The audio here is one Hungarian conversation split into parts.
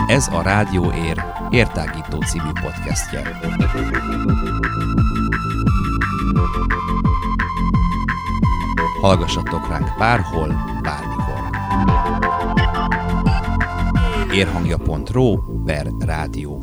Ez a Rádió Ér értágító című podcastje. Hallgassatok ránk bárhol, bármikor. Érhangja.ro/rádió.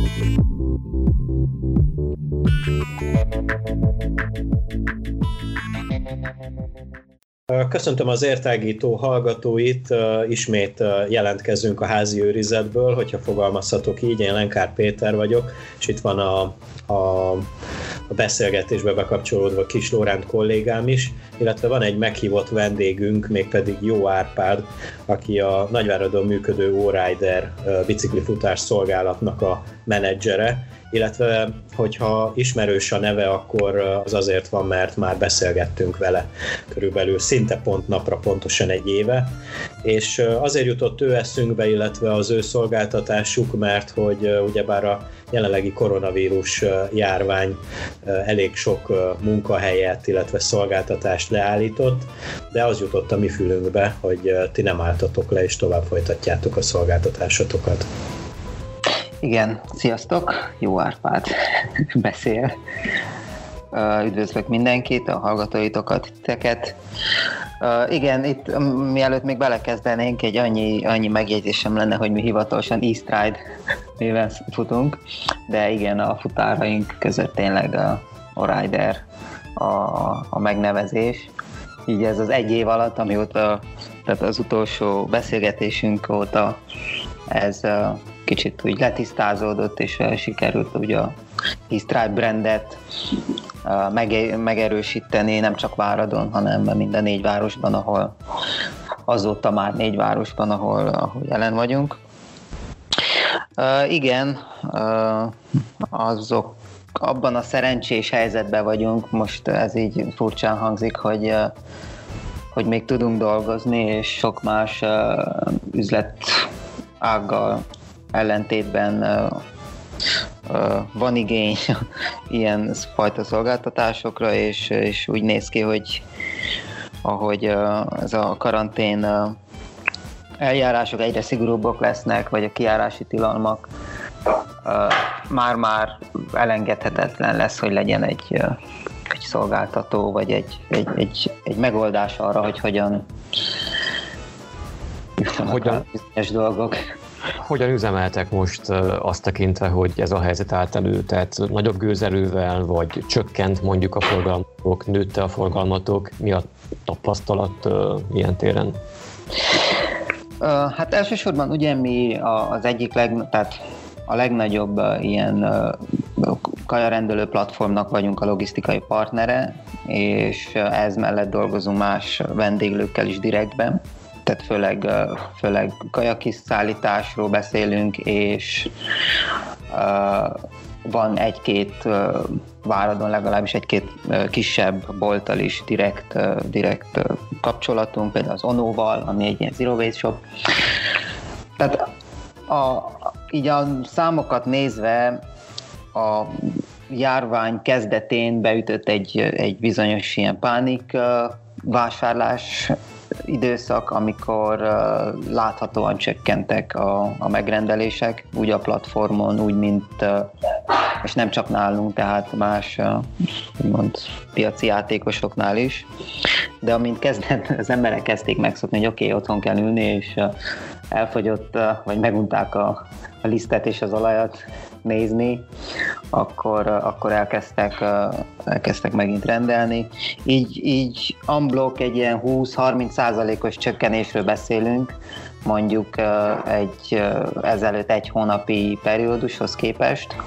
Köszöntöm az értágító hallgatóit, ismét jelentkezünk a házi őrizetből, hogyha fogalmazhatok így, én Lenkár Péter vagyok, és itt van a beszélgetésbe bekapcsolódva Kis Lóránt kollégám is, illetve van egy meghívott vendégünk, mégpedig Jó Árpád, aki a Nagyváradon működő Allrider biciklifutás szolgálatnak a menedzsere, illetve hogyha ismerős a neve, akkor az azért van, mert már beszélgettünk vele körülbelül szinte pont napra pontosan egy éve, és azért jutott ő eszünkbe, illetve az ő szolgáltatásuk, mert hogy ugyebár a jelenlegi koronavírus járvány elég sok munkahelyet, illetve szolgáltatást leállított, de az jutott a mi fülünkbe, hogy ti nem álltatok le, és tovább folytatjátok a szolgáltatásotokat. Igen, sziasztok! Jó Árpád beszél. Üdvözlök mindenkit, a hallgatóitokat, titeket. Igen, itt mielőtt még belekezdenénk, egy annyi megjegyzésem lenne, hogy mi hivatalosan Eastride néven futunk, de igen, a futáraink között tényleg a Allrider a megnevezés. Így ez az egy év alatt, amióta, tehát az utolsó beszélgetésünk óta ez kicsit úgy letisztázódott, és sikerült ugye a Eastride brandet megerősíteni, nem csak Váradon, hanem mind a 4 városban, ahol azóta már 4 városban, ahol jelen vagyunk. Igen, azok abban a szerencsés helyzetben vagyunk, most ez így furcsán hangzik, hogy még tudunk dolgozni, és sok más üzletággal ellentétben van igény ilyen fajta szolgáltatásokra, és úgy néz ki, hogy ahogy ez a karantén eljárások egyre szigorúbbak lesznek, vagy a kijárási tilalmak, már elengedhetetlen lesz, hogy legyen egy szolgáltató, vagy egy megoldás arra, hogy hogyan bizonyos dolgok. Hogyan üzemeltek most azt tekintve, hogy ez a helyzet állt elő? Tehát nagyobb gőzerővel, vagy csökkent mondjuk a forgalmatok, nőtte a forgalmatok? Mi a tapasztalat ilyen téren? Hát elsősorban ugye mi az egyik tehát a legnagyobb ilyen kajarendelő platformnak vagyunk a logisztikai partnere, és ez mellett dolgozunk más vendéglőkkel is direktben. Tehát főleg kajakiszállításról beszélünk, és van egy-két Váradon legalábbis egy-két kisebb bolttal is direkt kapcsolatunk, például az Onóval, ami egy ilyen zero waste shop. Tehát így a számokat nézve a járvány kezdetén beütött egy bizonyos ilyen pánik vásárlás időszak, amikor láthatóan csökkentek a megrendelések, úgy a platformon, úgy, mint, és nem csak nálunk, tehát más úgymond piaci játékosoknál is. De amint az emberek kezdték megszokni, hogy oké, otthon kell ülni, és elfogyott, vagy megunták a lisztet és az olajat nézni, akkor elkezdtek megint rendelni. Így unblock egy ilyen 20-30%-os csökkenésről beszélünk, mondjuk ezelőtt egy hónapi periódushoz képest,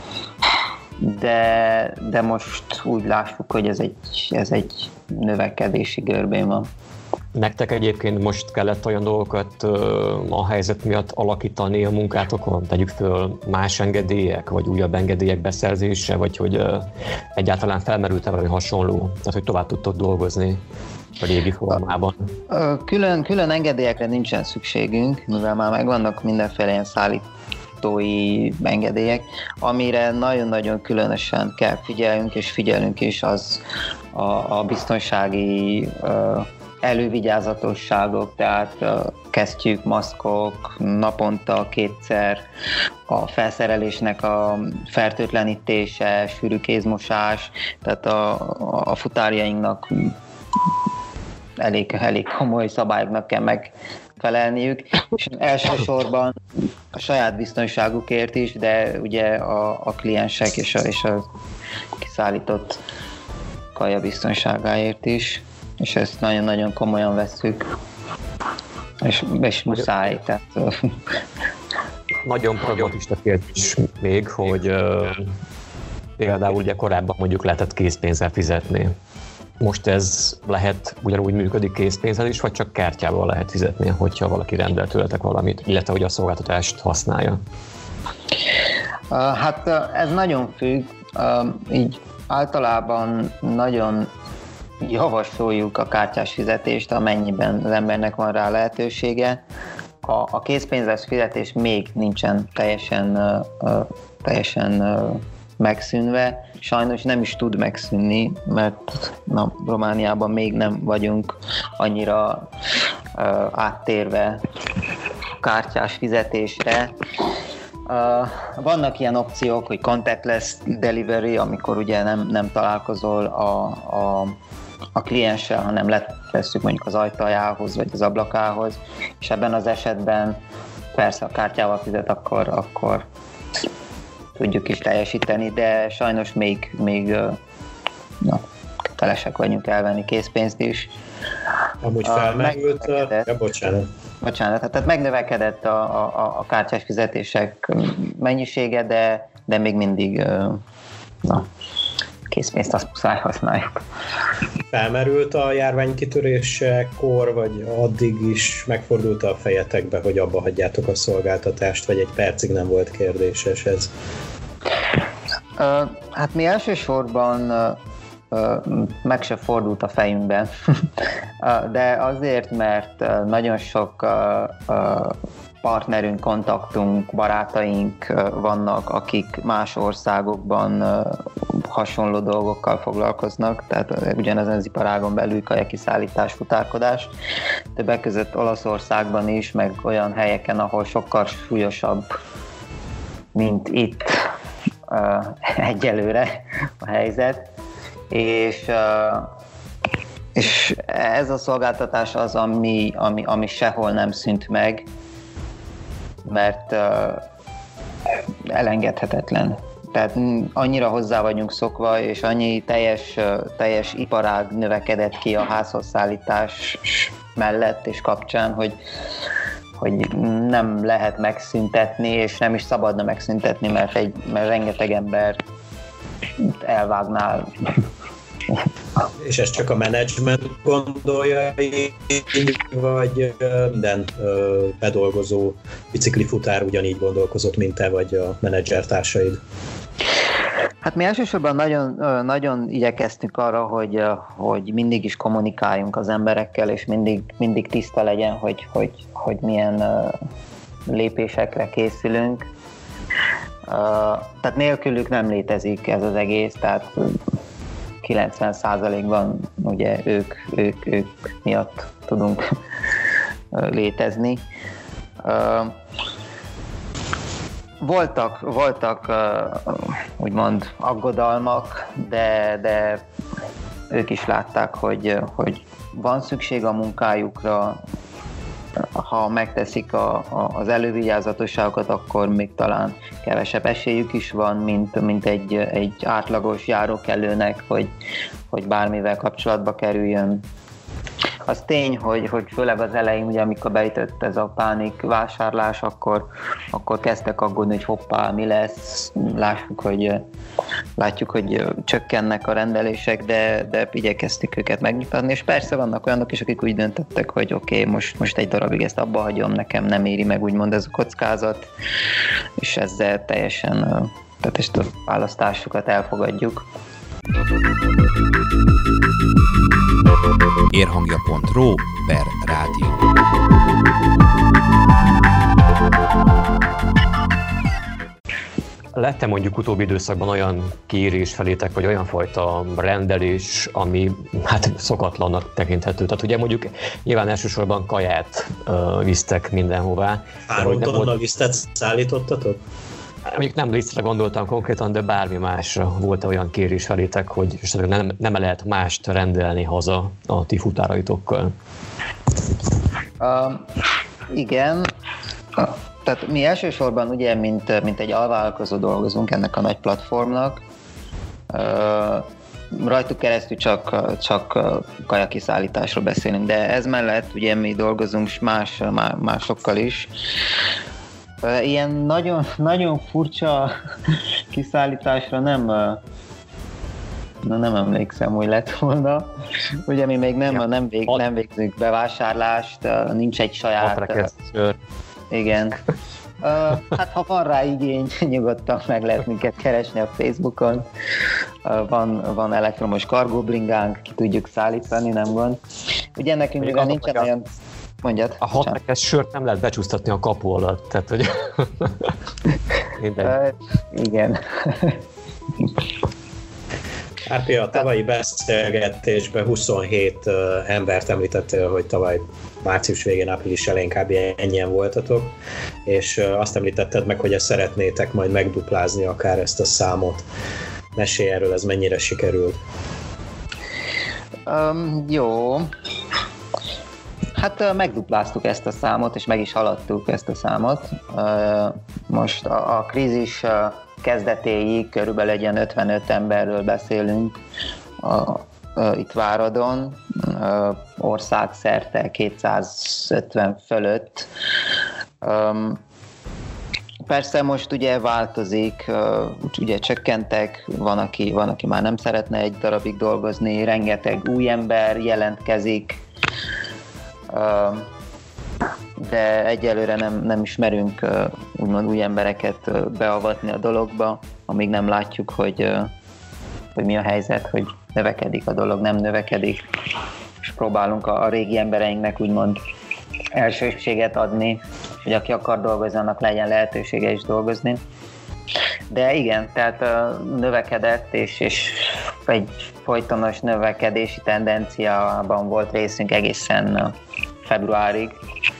de most úgy lássuk, hogy ez egy növekedési görbén van. Nektek egyébként most kellett olyan dolgokat a helyzet miatt alakítani a munkátokon? Tegyük föl más engedélyek, vagy újabb engedélyek beszerzése, vagy hogy egyáltalán felmerült-e valami hasonló? Tehát, hogy tovább tudtok dolgozni a régi formában? Külön engedélyekre nincsen szükségünk, mivel már megvannak mindenféle ilyen szállítói engedélyek. Amire nagyon-nagyon különösen kell figyelnünk, és figyelünk is, az a biztonsági elővigyázatosságok, tehát kesztyűk, maszkok, naponta 2-szer, a felszerelésnek a fertőtlenítése, sűrű kézmosás, tehát a futárjainknak elég komoly szabályoknak kell megfelelniük, és elsősorban a saját biztonságukért is, de ugye a kliensek és a kiszállított kaja biztonságáért is, és ezt nagyon-nagyon komolyan vesszük, és muszáj. Tehát... Nagyon pragmatista kérdés még, hogy például ugye korábban mondjuk lehetett készpénzzel fizetni. Most ez lehet ugyanúgy működik készpénzzel is, vagy csak kártyával lehet fizetni, hogyha valaki rendel tőletek valamit, illetve hogy a szolgáltatást használja? Hát ez nagyon függ. Így általában nagyon javasoljuk a kártyás fizetést, amennyiben az embernek van rá lehetősége. A készpénzes fizetés még nincsen teljesen megszűnve. Sajnos nem is tud megszűnni, mert Romániában még nem vagyunk annyira áttérve kártyás fizetésre. Vannak ilyen opciók, hogy contactless delivery, amikor ugye nem találkozol a klienssel, hanem letesszük mondjuk az ajtajához vagy az ablakához, és ebben az esetben persze a kártyával fizet, akkor tudjuk is teljesíteni, de sajnos még kötelesek vagyunk elvenni készpénzt is. Amúgy felmerült Bocsánat, tehát megnövekedett a kártyás fizetések mennyisége, de még mindig készpénzt azt muszáj használjuk. Felmerült a járvány kitörésekor, vagy addig is megfordult a fejetekbe, hogy abba hagyjátok a szolgáltatást, vagy egy percig nem volt kérdéses ez? Hát mi elsősorban meg se fordult a fejünkben, de azért, mert nagyon sok partnerünk, kontaktunk, barátaink vannak, akik más országokban hasonló dolgokkal foglalkoznak, tehát ugyanezen az iparágon belül kajakiszállítás, futárkodás. Többek között Olaszországban is, meg olyan helyeken, ahol sokkal súlyosabb, mint itt egyelőre a helyzet. És ez a szolgáltatás az, ami sehol nem szűnt meg, mert elengedhetetlen. Tehát annyira hozzá vagyunk szokva, és annyi teljes iparág növekedett ki a házhozszállítás mellett és kapcsán, hogy nem lehet megszüntetni, és nem is szabadna megszüntetni, mert rengeteg ember elvágnál. És ez csak a menedzsment gondolja, vagy minden bedolgozó biciklifutár ugyanígy gondolkozott, mint te, vagy a menedzsertársaid? Hát mi elsősorban nagyon igyekeztünk arra, hogy mindig is kommunikáljunk az emberekkel, és mindig tiszta legyen, hogy milyen lépésekre készülünk. Tehát nélkülük nem létezik ez az egész, tehát 90%-ban ugye ők miatt tudunk létezni. Voltak úgymond aggodalmak, de ők is látták, hogy van szükség a munkájukra, ha megteszik az elővigyázatosságokat, akkor még talán kevesebb esélyük is van, mint egy átlagos járókelőnek, hogy bármivel kapcsolatba kerüljön. Az tény, hogy főleg az elején, ugye, amikor beütött ez a pánik vásárlás, akkor kezdtek aggódni, hogy hoppá, mi lesz, látjuk, hogy csökkennek a rendelések, de igyekeztük őket megnyugtatni, és persze vannak olyanok is, akik úgy döntöttek, hogy oké, most egy darabig ezt abba hagyom, nekem nem éri meg úgymond ez a kockázat, és ezzel teljesen, tehát ezt a választásukat elfogadjuk. Érhangja.ro/rádió. lett-e mondjuk utóbbi időszakban olyan kérés felétek, vagy olyan fajta rendelés, ami hát szokatlannak tekinthető? Tehát ugye mondjuk nyilván elsősorban kaját visztek mindenhová. Árultonnal lisztet szállítottatok? Mondjuk nem lisztre gondoltam konkrétan, de bármi másra volt olyan kérés felétek, hogy nem lehet mást rendelni haza a ti futáraitokkal? Igen. Tehát mi elsősorban ugye, mint egy alvállalkozó dolgozunk ennek a nagy platformnak. Rajtuk keresztül csak kajakiszállításról beszélünk, de ez mellett ugye mi dolgozunk másokkal is. Ilyen nagyon, nagyon furcsa kiszállításra nem emlékszem, hogy lett volna. Ugye mi még nem végzünk bevásárlást, nincs egy saját... Igen. Hát ha van rá igény, nyugodtan meg lehet minket keresni a Facebookon. Van elektromos kargóbringánk, ki tudjuk szállítani, nem gond. Ugye nekünk mivel nincsen olyan... Mondjad. A 6 rekesz sört nem lehet becsúsztatni a kapu alatt, tehát hogy... Igen. Árpi, a tavalyi beszélgetésben 27 embert említettél, hogy tavaly március végén, április elején kb. Ennyien voltatok, és azt említetted meg, hogy ezt szeretnétek majd megduplázni akár ezt a számot. Mesélj erről, ez mennyire sikerült? Jó. Hát megdupláztuk ezt a számot, és meg is haladtuk ezt a számot. Most a krízis kezdetéig körülbelül egy ilyen 55 emberről beszélünk itt Váradon, országszerte 250 fölött. Persze most ugye változik, ugye csökkentek, van, aki már nem szeretne egy darabig dolgozni, rengeteg új ember jelentkezik, de egyelőre nem ismerünk úgymond új embereket beavatni a dologba, amíg nem látjuk, hogy mi a helyzet, hogy növekedik a dolog, nem növekedik, és próbálunk a régi embereinknek úgymond elsőséget adni, hogy aki akar dolgozni, annak legyen lehetősége is dolgozni. De igen, tehát növekedett, és egy folytonos növekedési tendenciában volt részünk egészen februárig.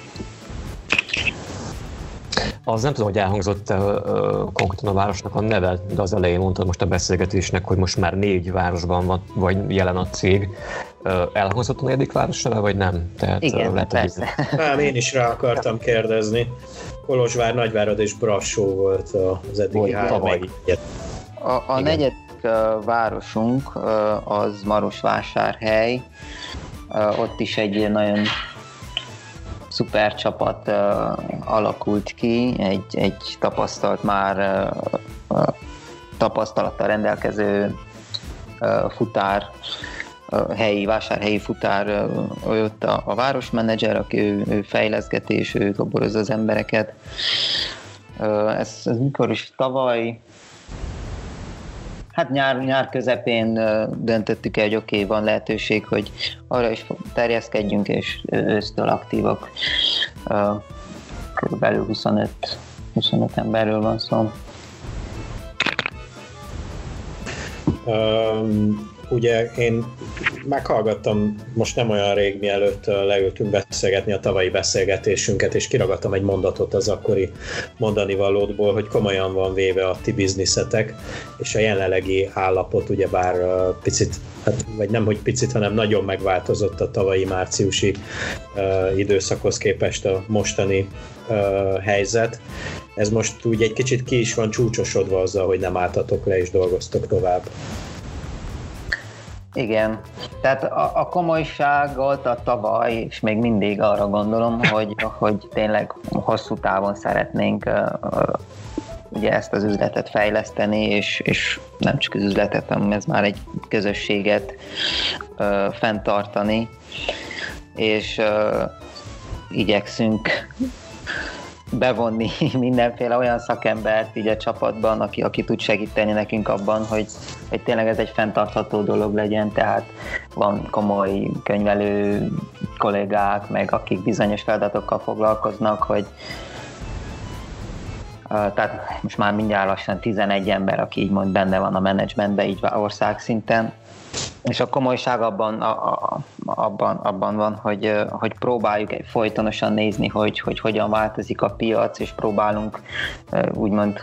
Az nem tudom, hogy elhangzott konkrétan a városnak a neve, de az elején mondtad most a beszélgetésnek, hogy most már 4 városban van, vagy jelen a cég. Elhangzott a 4. város neve, vagy nem? Tehát, igen, persze. Nem, én is rá akartam kérdezni. Kolozsvár, Nagyvárad és Brassó volt az eddigi 3. A 4. városunk az Marosvásárhely. Ott is egy nagyon szuper csapat alakult ki, egy tapasztalattal rendelkező vásárhelyi futár, ott a városmenedzser, aki ő fejleszgeti és ő toborozza az embereket. Ez mikor is tavaly, hát nyár közepén döntöttük el, hogy oké, van lehetőség, hogy arra is terjeszkedjünk, és ősztől aktívak. Körülbelül 25 emberről van szó. Ugye én meghallgattam most nem olyan rég, mielőtt leültünk beszélgetni a tavalyi beszélgetésünket, és kiragadtam egy mondatot az akkori mondani valódból, hogy komolyan van véve a ti bizniszetek, és a jelenlegi állapot ugyebár picit, hát, vagy nem hogy picit, hanem nagyon megváltozott a tavalyi márciusi időszakhoz képest a mostani helyzet. Ez most úgy egy kicsit ki is van csúcsosodva azzal, hogy nem álltatok le és dolgoztok tovább. Igen, tehát a komolyságot a tavaly, és még mindig arra gondolom, hogy tényleg hosszú távon szeretnénk ugye ezt az üzletet fejleszteni, és nem csak az üzletet, hanem ez már egy közösséget fenntartani, és igyekszünk bevonni mindenféle olyan szakembert így a csapatban, aki tud segíteni nekünk abban, hogy tényleg ez egy fenntartható dolog legyen, tehát van komoly könyvelő kollégák, meg akik bizonyos feladatokkal foglalkoznak, hogy Tehát most már mindjárt lassan 11 ember, aki így mond benne van a menedzsmentben, így országszinten. És a komolyság abban van, hogy próbáljuk folytonosan nézni, hogy hogyan változik a piac, és próbálunk úgymond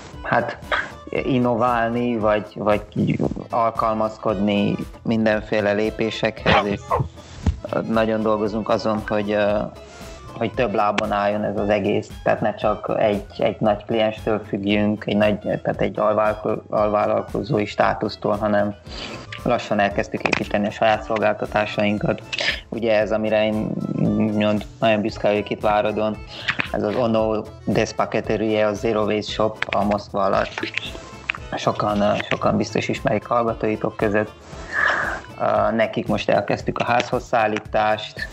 innoválni, vagy alkalmazkodni mindenféle lépésekhez, és nagyon dolgozunk azon, hogy több lábon álljon ez az egész, tehát ne csak egy nagy klienstől függjünk, tehát egy alvállalkozói státusztól, hanem lassan elkezdtük építeni a saját szolgáltatásainkat. Ugye ez, amire én nagyon büszke vagyok itt Váradon, ez az Ono Despaketerie, a Zero Waste Shop a Moszkva alatt. Sokan biztos ismerik hallgatóitok között. Nekik most elkezdtük a házhoz szállítást.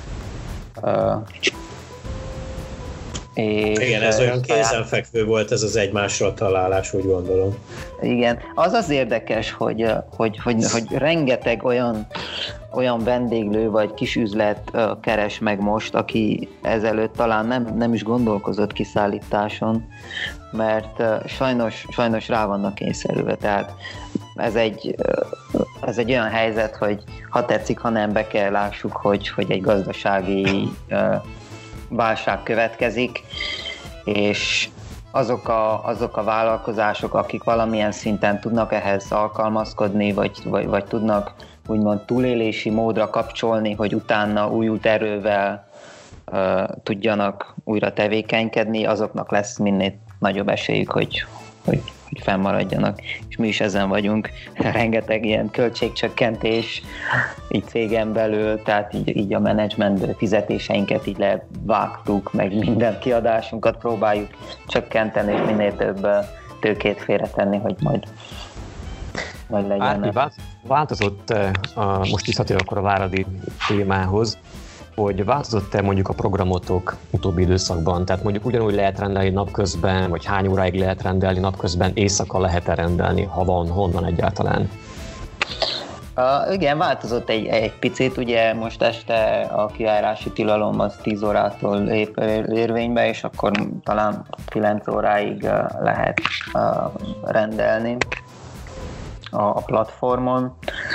Igen, ez olyan kézenfekvő volt ez az egymásra találás, úgy gondolom. Igen, az érdekes, hogy rengeteg olyan vendéglő vagy kisüzlet keres meg most, aki ezelőtt talán nem is gondolkozott kiszállításon, mert sajnos rá vannak kényszerülve. Tehát ez egy olyan helyzet, hogy ha tetszik, ha nem, be kell lássuk, hogy egy gazdasági válság következik, és azok a vállalkozások, akik valamilyen szinten tudnak ehhez alkalmazkodni, vagy tudnak úgymond túlélési módra kapcsolni, hogy utána újult erővel tudjanak újra tevékenykedni, azoknak lesz minél nagyobb esélyük, hogy fennmaradjanak. És mi is ezen vagyunk. Rengeteg ilyen költségcsökkentés így cégen belül, tehát így a menedzsmentből fizetéseinket így levágtuk, meg minden kiadásunkat próbáljuk csökkenteni, és minél több tőkét félretenni, hogy majd legyen. Változott, most visszatér akkor a váradi témához, hogy változott-e mondjuk a programotok utóbbi időszakban? Tehát mondjuk ugyanúgy lehet rendelni napközben, vagy hány óráig lehet rendelni napközben, éjszaka lehet-e rendelni, ha van, honnan egyáltalán? Igen, változott egy picit, ugye most este a kijárási tilalom az 10 órától lép érvénybe, és akkor talán 9 óráig lehet rendelni a platformon.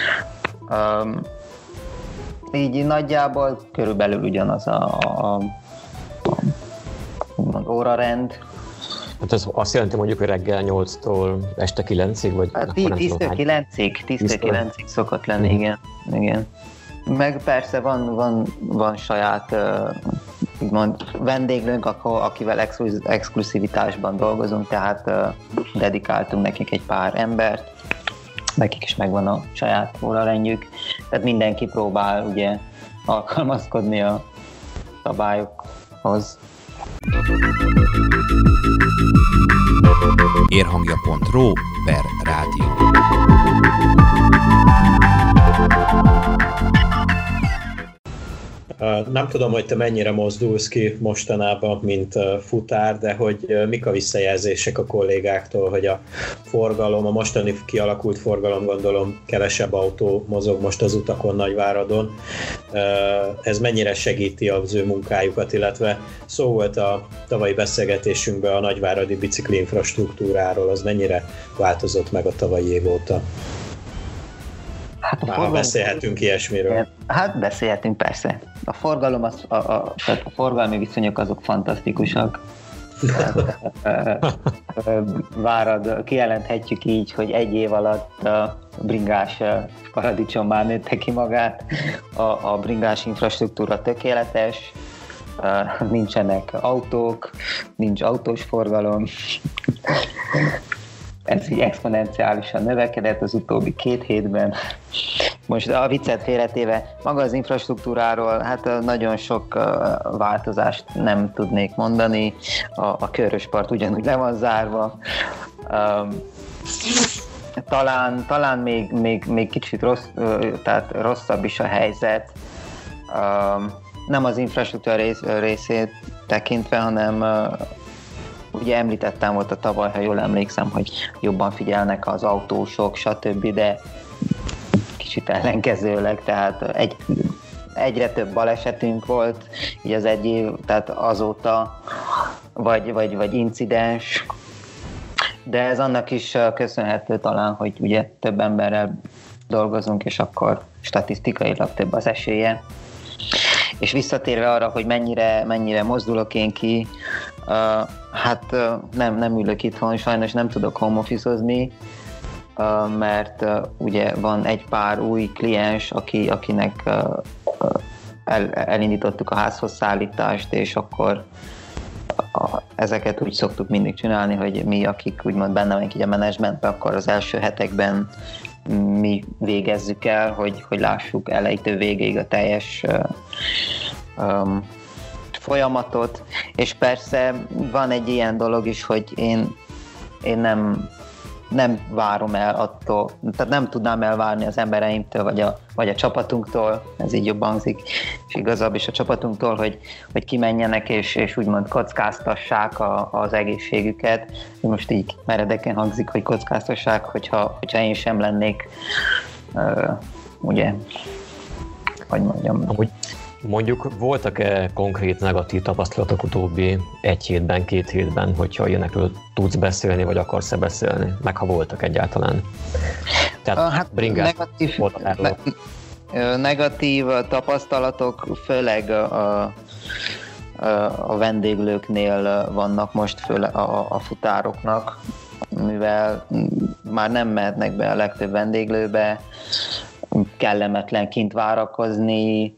Így nagyjából körülbelül ugyanaz a órarend. Hát ez azt jelenti mondjuk, hogy reggel 8-tól este 9-ig, vagy? 10-től 9-ig szokott lenni, igen. Meg persze van saját úgymond vendéglőnk, akivel exkluzivitásban dolgozunk, tehát dedikáltunk nekik egy pár embert, nekik is megvan a saját órarendjük, tehát mindenki próbál ugye alkalmazkodni a szabályokhoz. Érhangja.ro/rádió. Nem tudom, hogy te mennyire mozdulsz ki mostanában, mint futár, de hogy mik a visszajelzések a kollégáktól, hogy a forgalom, a mostani kialakult forgalom, gondolom kevesebb autó mozog most az utakon Nagyváradon. Ez mennyire segíti az ő munkájukat, illetve szó volt a tavalyi beszélgetésünkben a nagyváradi bicikli infrastruktúráról, az mennyire változott meg a tavalyi év óta? Hát beszélhetünk ilyesmiről. Hát beszélhetünk persze. A forgalom, tehát a forgalmi viszonyok azok fantasztikusak. Várad, kijelenthetjük így, hogy egy év alatt a bringás paradicsom már nőtte ki magát. A bringás infrastruktúra tökéletes, nincsenek autók, nincs autós forgalom. Ez így exponenciálisan növekedett az utóbbi 2 hétben. Most a viccet félretéve, maga az infrastruktúráról, hát nagyon sok változást nem tudnék mondani. A Köröspart ugyanúgy le van zárva. Talán még kicsit rosszabb is a helyzet. Nem az infrastruktúra részét tekintve, hanem ugye említettem volt a tavaly, ha jól emlékszem, hogy jobban figyelnek az autósok, stb., de kicsit ellenkezőleg, tehát egyre több balesetünk volt, így az egy év, tehát azóta vagy incidens, de ez annak is köszönhető talán, hogy ugye több emberrel dolgozunk, és akkor statisztikailag több az esélye. És visszatérve arra, hogy mennyire mozdulok én ki, hát nem ülök itthon, sajnos nem tudok home office-ozni, mert ugye van egy pár új kliens, akinek elindítottuk a házhoz szállítást, és akkor ezeket úgy szoktuk mindig csinálni, hogy mi, akik úgymond benne vagyunk így a menedzsmentben, akkor az első hetekben mi végezzük el, hogy lássuk elejétől végéig a teljes folyamatot, és persze van egy ilyen dolog is, hogy én nem várom el attól, tehát nem tudnám elvárni az embereimtől, vagy a csapatunktól, ez így jobban hangzik, és igazabb is a csapatunktól, hogy kimenjenek és úgymond kockáztassák az egészségüket. Most így meredeken hangzik, hogy kockáztassák, hogyha én sem lennék, ugye, hogy mondjam. Mondjuk voltak-e konkrét negatív tapasztalatok utóbbi 1 hétben, 2 hétben, hogyha ilyenekről tudsz beszélni, vagy akarsz-e beszélni? Meg ha voltak egyáltalán. Tehát hát negatív tapasztalatok főleg a vendéglőknél vannak most, főleg a futároknak, mivel már nem mehetnek be a legtöbb vendéglőbe, kellemetlen kint várakozni,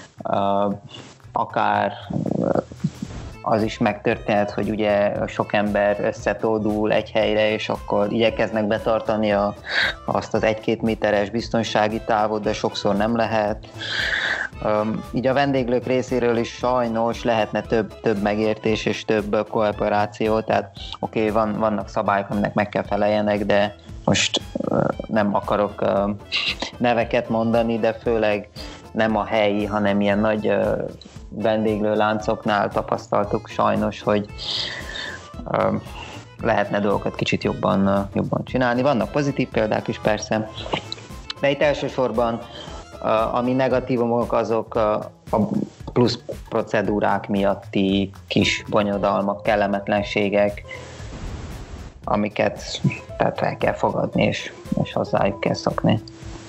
akár az is megtörténhet, hogy ugye sok ember összetódul egy helyre, és akkor igyekeznek betartani azt az 1-2 méteres biztonsági távot, de sokszor nem lehet. Így a vendéglők részéről is sajnos lehetne több megértés és több kooperáció, tehát oké, vannak szabályok, aminek meg kell feleljenek, de most nem akarok neveket mondani, de főleg nem a helyi, hanem ilyen nagy vendéglő láncoknál tapasztaltuk sajnos, hogy lehetne dolgokat kicsit jobban csinálni. Vannak pozitív példák is persze, de itt elsősorban ami negatívumok, azok a plusz procedúrák miatti kis bonyodalmak, kellemetlenségek, amiket tehát el kell fogadni, és hozzájuk kell szokni.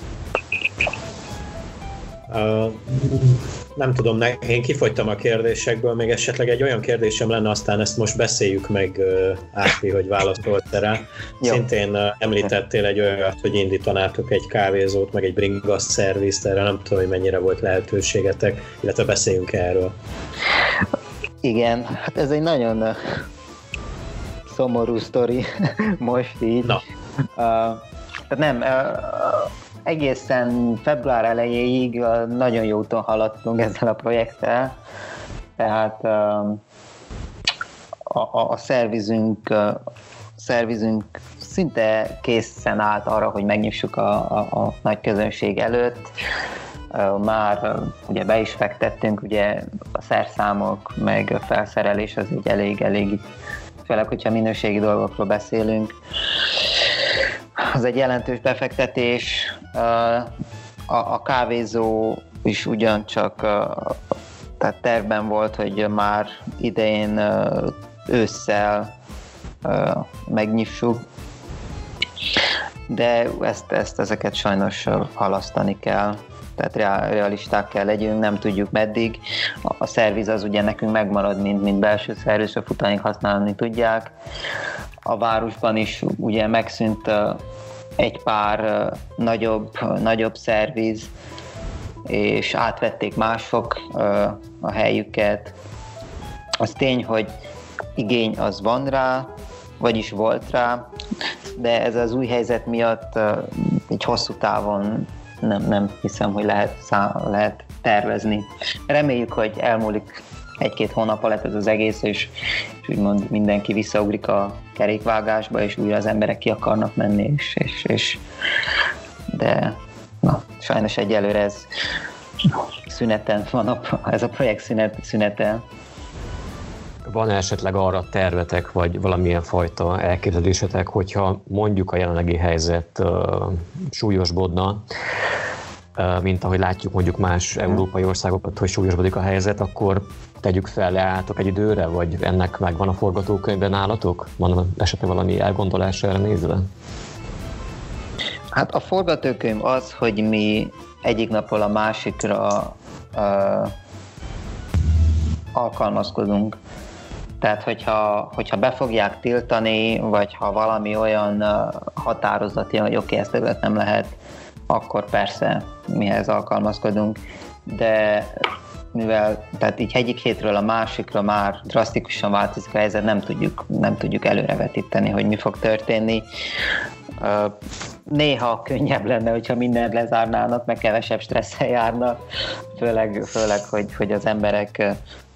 Nem tudom, én kifogytam a kérdésekből, még esetleg egy olyan kérdésem lenne, aztán ezt most beszéljük meg, Árpi, hogy válaszoltál rá. Szintén említettél egy olyat, hogy indítanátok egy kávézót, meg egy bringa szervizt, erre nem tudom, hogy mennyire volt lehetőségetek, illetve beszéljünk erről. Igen, hát ez egy nagyon szomorú sztori most így. Na. Tehát nem, egészen február elejéig nagyon jó úton haladtunk ezzel a projekttel, tehát a szervizünk szinte készen állt arra, hogy megnyissuk a nagy közönség előtt. Már ugye be is fektettünk, ugye a szerszámok, meg a felszerelés az így elég, főleg, hogyha minőségi dolgokról beszélünk. Az egy jelentős befektetés. A kávézó is ugyancsak tehát tervben volt, hogy már idején ősszel megnyissuk, de ezeket sajnos halasztani kell. Tehát realisták kell legyünk, nem tudjuk meddig. A szerviz az ugye nekünk megmarad, mint belső szerviz, a futáink használni tudják. A városban is ugye megszűnt egy pár nagyobb szerviz, és átvették mások a helyüket. Az tény, hogy igény az van rá, vagyis volt rá, de ez az új helyzet miatt egy hosszú távon nem hiszem, hogy lehet tervezni. Reméljük, hogy elmúlik 1-2 hónap alatt ez az egész, és úgymond mindenki visszaugrik a kerékvágásba, és újra az emberek ki akarnak menni, de sajnos egyelőre ez szüneten van, ez a projekt szünetel. Van esetleg arra tervetek, vagy valamilyen fajta elképzelésetek, hogyha mondjuk a jelenlegi helyzet súlyosbodna, mint ahogy látjuk mondjuk más európai országokat, hogy súlyosbodik a helyzet, akkor tegyük fel, leálltok egy időre, vagy ennek megvan a forgatókönyvben nálatok? Van esetleg valami elgondolás erre nézve? Hát a forgatókönyv az, hogy mi egyik napról a másikra alkalmazkodunk. Tehát, hogyha be fogják tiltani, vagy ha valami olyan határozat jön, hogy oké, ezt többet nem lehet, akkor persze mihez alkalmazkodunk. De mivel tehát így egyik hétről a másikra már drasztikusan változik a helyzet, nem tudjuk előrevetíteni, hogy mi fog történni. Néha könnyebb lenne, hogyha mindent lezárnának, meg kevesebb stresszel járnak, főleg hogy az emberek,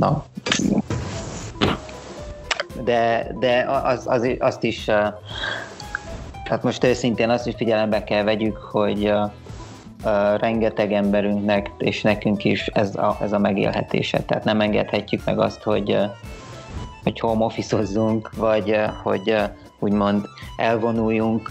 de azt is, hát most őszintén azt is figyelembe kell vegyük, hogy rengeteg emberünknek és nekünk is ez a megélhetése. Tehát nem engedhetjük meg azt, hogy home office-ozzunk, vagy hogy úgymond elvonuljunk,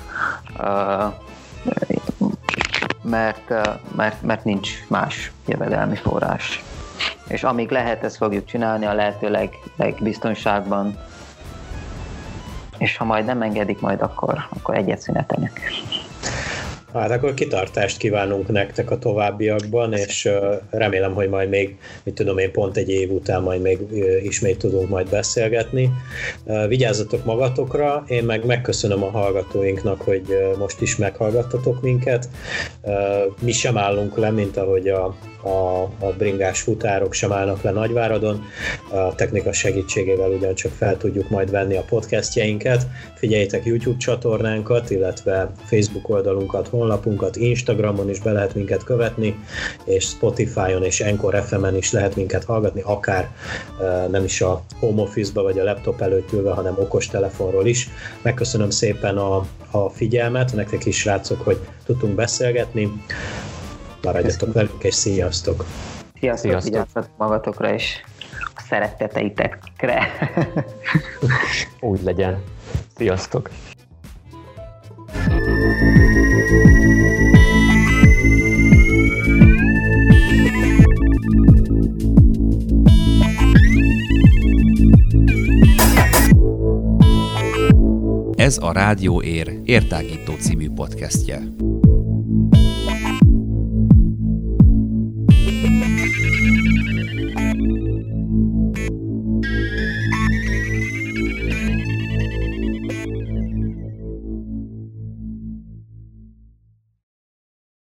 mert nincs más jövedelmi forrás. És amíg lehet, ezt fogjuk csinálni a lehető legbiztonságban, és ha majd nem engedik, majd akkor egyet szünetelnek. Hát akkor kitartást kívánunk nektek a továbbiakban, és remélem, hogy majd még, pont egy év után majd még ismét tudunk majd beszélgetni. Vigyázzatok magatokra, én meg megköszönöm a hallgatóinknak, hogy most is meghallgattatok minket. Mi sem állunk le, mint ahogy a bringás futárok sem állnak le Nagyváradon. A technika segítségével ugyancsak fel tudjuk majd venni a podcastjeinket. Figyeljétek YouTube csatornánkat, illetve Facebook oldalunkat, honlapunkat, Instagramon is be lehet minket követni, és Spotify-on és Anchor FM-en is lehet minket hallgatni, akár nem is a home office-ba vagy a laptop előtt ülve, hanem okostelefonról is. Megköszönöm szépen a figyelmet, nektek is, srácok, hogy tudtunk beszélgetni. Maradjatok velünk, és sziasztok! Sziasztok! Vigyázzatok magatokra és a szereteteitekre! Úgy legyen! Sziasztok! Ez a Rádió Ér értágító című podcastje.